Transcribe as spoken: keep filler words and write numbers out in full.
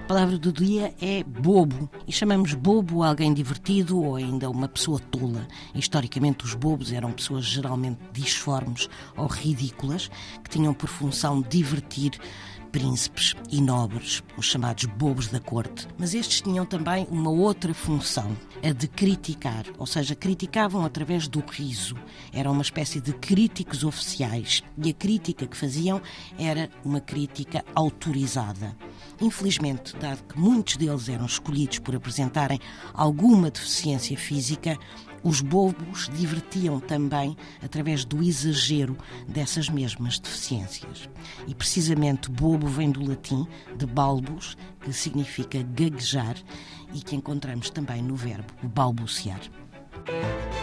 A palavra do dia é bobo. E chamamos bobo alguém divertido ou ainda uma pessoa tola. Historicamente, os bobos eram pessoas geralmente disformes ou ridículas, que tinham por função divertir príncipes e nobres, os chamados bobos da corte. Mas estes tinham também uma outra função, a de criticar, ou seja, criticavam através do riso. Eram uma espécie de críticos oficiais e a crítica que faziam era uma crítica autorizada. Infelizmente, dado que muitos deles eram escolhidos por apresentarem alguma deficiência física, os bobos divertiam também através do exagero dessas mesmas deficiências. E precisamente bobo vem do latim, de balbus, que significa gaguejar e que encontramos também no verbo balbuciar.